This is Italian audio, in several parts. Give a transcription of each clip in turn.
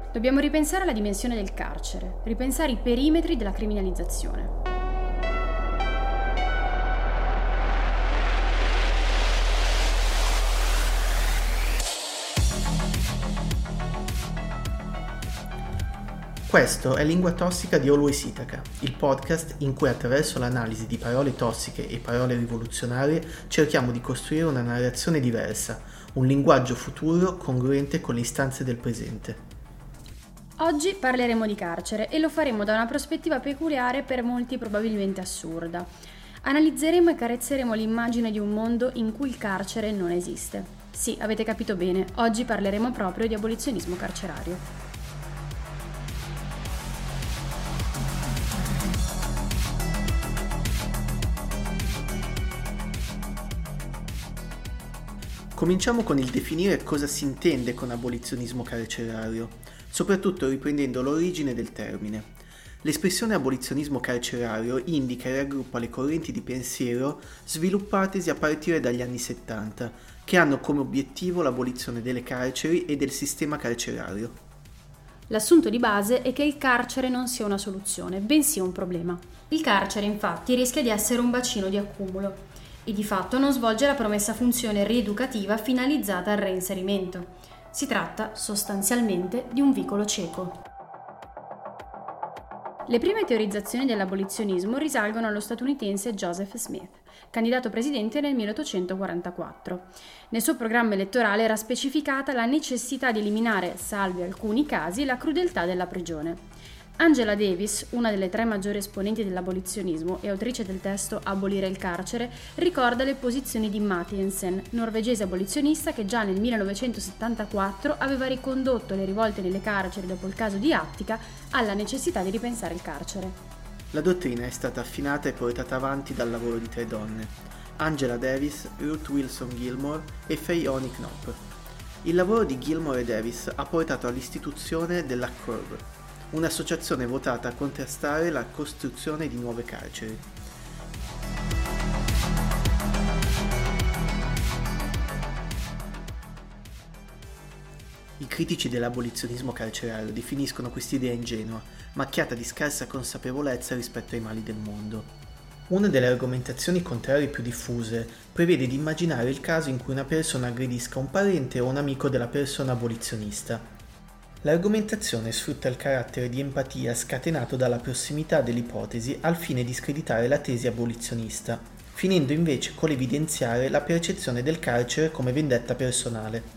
Dobbiamo ripensare alla dimensione del carcere, ripensare i perimetri della criminalizzazione. Questo è Lingua Tossica di Always Ithaca, il podcast in cui attraverso l'analisi di parole tossiche e parole rivoluzionarie cerchiamo di costruire una narrazione diversa, un linguaggio futuro congruente con le istanze del presente. Oggi parleremo di carcere e lo faremo da una prospettiva peculiare, per molti probabilmente assurda. Analizzeremo e carezzeremo l'immagine di un mondo in cui il carcere non esiste. Sì, avete capito bene, oggi parleremo proprio di abolizionismo carcerario. Cominciamo con il definire cosa si intende con abolizionismo carcerario, soprattutto riprendendo l'origine del termine. L'espressione abolizionismo carcerario indica e raggruppa le correnti di pensiero sviluppatesi a partire dagli anni 70, che hanno come obiettivo l'abolizione delle carceri e del sistema carcerario. L'assunto di base è che il carcere non sia una soluzione, bensì un problema. Il carcere, infatti, rischia di essere un bacino di accumulo e di fatto non svolge la promessa funzione rieducativa finalizzata al reinserimento. Si tratta sostanzialmente di un vicolo cieco. Le prime teorizzazioni dell'abolizionismo risalgono allo statunitense Joseph Smith, candidato presidente nel 1844. Nel suo programma elettorale era specificata la necessità di eliminare, salvi alcuni casi, la crudeltà della prigione. Angela Davis, una delle tre maggiori esponenti dell'abolizionismo e autrice del testo Abolire il carcere, ricorda le posizioni di Mathiesen, norvegese abolizionista che già nel 1974 aveva ricondotto le rivolte nelle carceri dopo il caso di Attica alla necessità di ripensare il carcere. La dottrina è stata affinata e portata avanti dal lavoro di tre donne, Angela Davis, Ruth Wilson Gilmore e Faye Oni Knopp. Il lavoro di Gilmore e Davis ha portato all'istituzione della CURB, un'associazione votata a contrastare la costruzione di nuove carceri. I critici dell'abolizionismo carcerario definiscono quest'idea ingenua, macchiata di scarsa consapevolezza rispetto ai mali del mondo. Una delle argomentazioni contrarie più diffuse prevede di immaginare il caso in cui una persona aggredisca un parente o un amico della persona abolizionista. L'argomentazione sfrutta il carattere di empatia scatenato dalla prossimità dell'ipotesi al fine di screditare la tesi abolizionista, finendo invece con l'evidenziare la percezione del carcere come vendetta personale.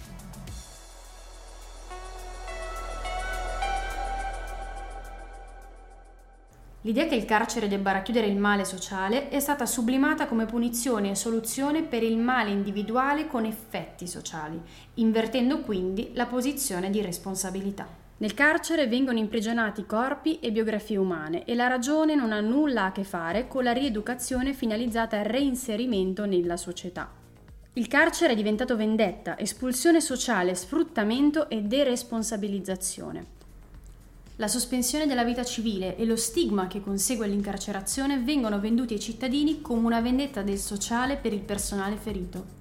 L'idea che il carcere debba racchiudere il male sociale è stata sublimata come punizione e soluzione per il male individuale con effetti sociali, invertendo quindi la posizione di responsabilità. Nel carcere vengono imprigionati corpi e biografie umane e la ragione non ha nulla a che fare con la rieducazione finalizzata al reinserimento nella società. Il carcere è diventato vendetta, espulsione sociale, sfruttamento e deresponsabilizzazione. La sospensione della vita civile e lo stigma che consegue l'incarcerazione vengono venduti ai cittadini come una vendetta del sociale per il personale ferito.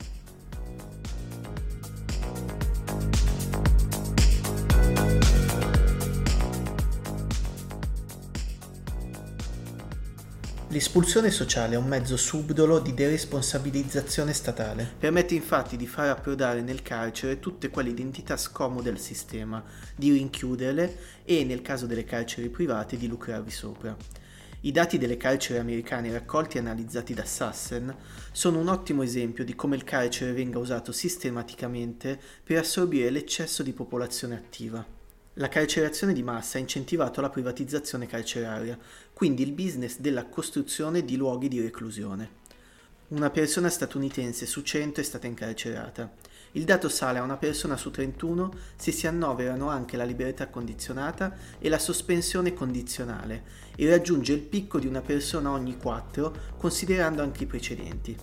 L'espulsione sociale è un mezzo subdolo di deresponsabilizzazione statale. Permette infatti di far approdare nel carcere tutte quelle identità scomode al sistema, di rinchiuderle e, nel caso delle carceri private, di lucrarvi sopra. I dati delle carceri americane raccolti e analizzati da Sassen sono un ottimo esempio di come il carcere venga usato sistematicamente per assorbire l'eccesso di popolazione attiva. La carcerazione di massa ha incentivato la privatizzazione carceraria, quindi il business della costruzione di luoghi di reclusione. Una persona statunitense su 100 è stata incarcerata. Il dato sale a una persona su 31 se si annoverano anche la libertà condizionata e la sospensione condizionale e raggiunge il picco di una persona ogni 4 considerando anche i precedenti.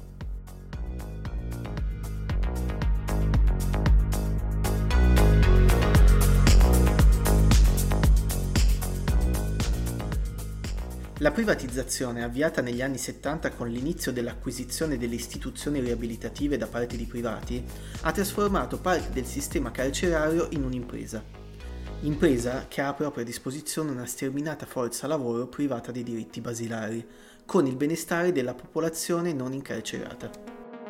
La privatizzazione, avviata negli anni 70 con l'inizio dell'acquisizione delle istituzioni riabilitative da parte di privati, ha trasformato parte del sistema carcerario in un'impresa. impresa che ha a propria disposizione una sterminata forza lavoro privata dei diritti basilari, con il benestare della popolazione non incarcerata.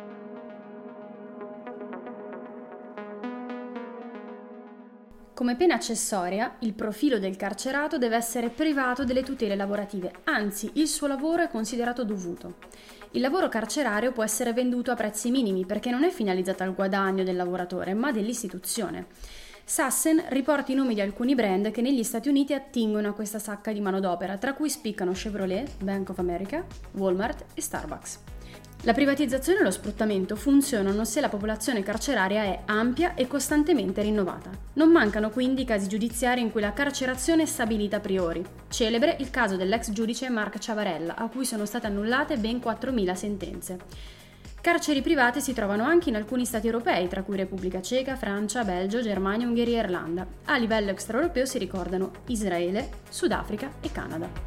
Come pena accessoria, il profilo del carcerato deve essere privato delle tutele lavorative, anzi il suo lavoro è considerato dovuto. Il lavoro carcerario può essere venduto a prezzi minimi perché non è finalizzato al guadagno del lavoratore, ma dell'istituzione. Sassen riporta i nomi di alcuni brand che negli Stati Uniti attingono a questa sacca di manodopera, tra cui spiccano Chevrolet, Bank of America, Walmart e Starbucks. La privatizzazione e lo sfruttamento funzionano se la popolazione carceraria è ampia e costantemente rinnovata. Non mancano quindi i casi giudiziari in cui la carcerazione è stabilita a priori. Celebre il caso dell'ex giudice Marc Ciavarella, a cui sono state annullate ben 4.000 sentenze. Carceri private si trovano anche in alcuni stati europei, tra cui Repubblica Ceca, Francia, Belgio, Germania, Ungheria e Irlanda. A livello extraeuropeo si ricordano Israele, Sudafrica e Canada.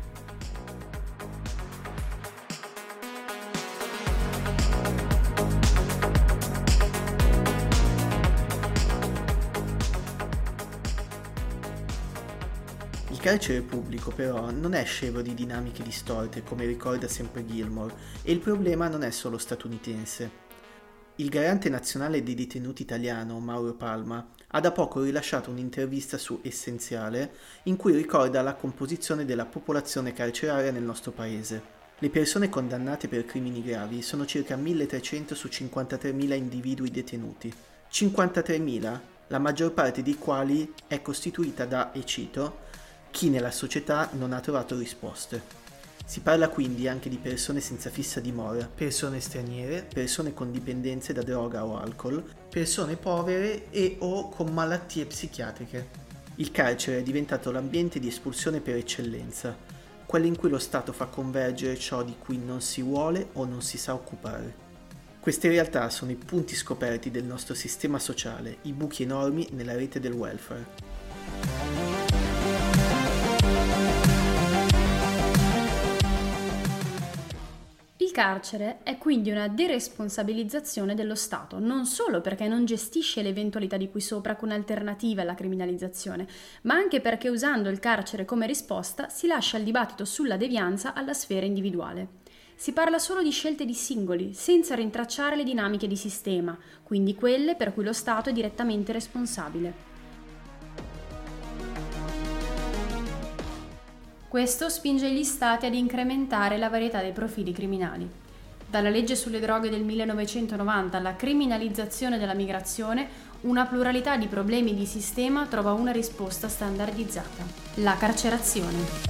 Il carcere pubblico però non è scevro di dinamiche distorte, come ricorda sempre Gilmore, e il problema non è solo statunitense. Il garante nazionale dei detenuti italiano, Mauro Palma, ha da poco rilasciato un'intervista su Essenziale in cui ricorda la composizione della popolazione carceraria nel nostro paese. Le persone condannate per crimini gravi sono circa 1.300 su 53.000 individui detenuti. 53.000, la maggior parte dei quali è costituita da, e cito, chi nella società non ha trovato risposte. Si parla quindi anche di persone senza fissa dimora, persone straniere, persone con dipendenze da droga o alcol, persone povere e o con malattie psichiatriche. Il carcere è diventato l'ambiente di espulsione per eccellenza, quello in cui lo Stato fa convergere ciò di cui non si vuole o non si sa occupare. Queste realtà sono i punti scoperti del nostro sistema sociale, i buchi enormi nella rete del welfare. Il carcere è quindi una deresponsabilizzazione dello Stato, non solo perché non gestisce l'eventualità di qui sopra con alternative alla criminalizzazione, ma anche perché usando il carcere come risposta si lascia il dibattito sulla devianza alla sfera individuale. Si parla solo di scelte di singoli, senza rintracciare le dinamiche di sistema, quindi quelle per cui lo Stato è direttamente responsabile. Questo spinge gli Stati ad incrementare la varietà dei profili criminali. Dalla legge sulle droghe del 1990 alla criminalizzazione della migrazione, una pluralità di problemi di sistema trova una risposta standardizzata: la carcerazione.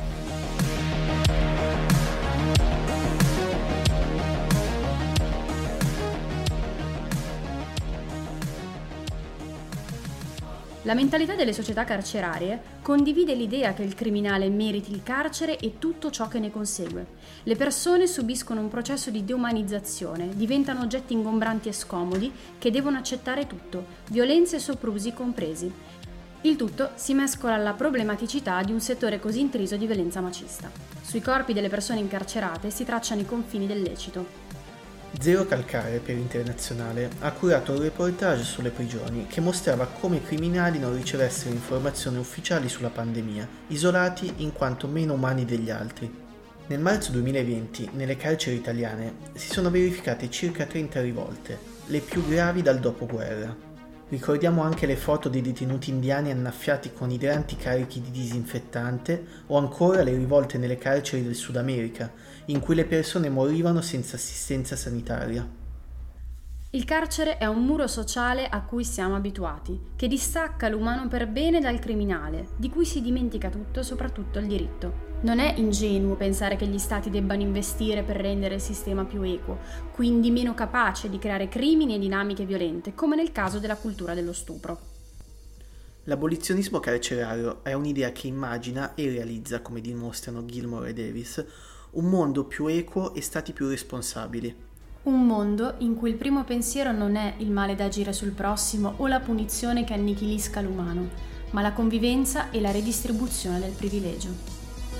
La mentalità delle società carcerarie condivide l'idea che il criminale meriti il carcere e tutto ciò che ne consegue. Le persone subiscono un processo di deumanizzazione, diventano oggetti ingombranti e scomodi che devono accettare tutto, violenze e soprusi compresi. Il tutto si mescola alla problematicità di un settore così intriso di violenza macista. Sui corpi delle persone incarcerate si tracciano i confini del lecito. Zero Calcare per Internazionale ha curato un reportage sulle prigioni che mostrava come i criminali non ricevessero informazioni ufficiali sulla pandemia, isolati in quanto meno umani degli altri. Nel marzo 2020, nelle carceri italiane, si sono verificate circa 30 rivolte, le più gravi dal dopoguerra. Ricordiamo anche le foto dei detenuti indiani annaffiati con idranti carichi di disinfettante o ancora le rivolte nelle carceri del Sud America, in cui le persone morivano senza assistenza sanitaria. Il carcere è un muro sociale a cui siamo abituati, che distacca l'umano per bene dal criminale, di cui si dimentica tutto, soprattutto il diritto. Non è ingenuo pensare che gli stati debbano investire per rendere il sistema più equo, quindi meno capace di creare crimini e dinamiche violente, come nel caso della cultura dello stupro. L'abolizionismo carcerario è un'idea che immagina e realizza, come dimostrano Gilmore e Davis, un mondo più equo e stati più responsabili. Un mondo in cui il primo pensiero non è il male da agire sul prossimo o la punizione che annichilisca l'umano, ma la convivenza e la redistribuzione del privilegio.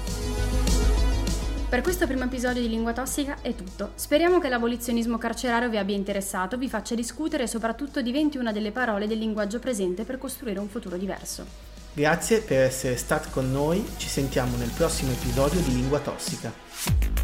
Per questo primo episodio di Lingua Tossica è tutto. Speriamo che l'abolizionismo carcerario vi abbia interessato, vi faccia discutere e soprattutto diventi una delle parole del linguaggio presente per costruire un futuro diverso. Grazie per essere stato con noi, ci sentiamo nel prossimo episodio di Lingua Tossica.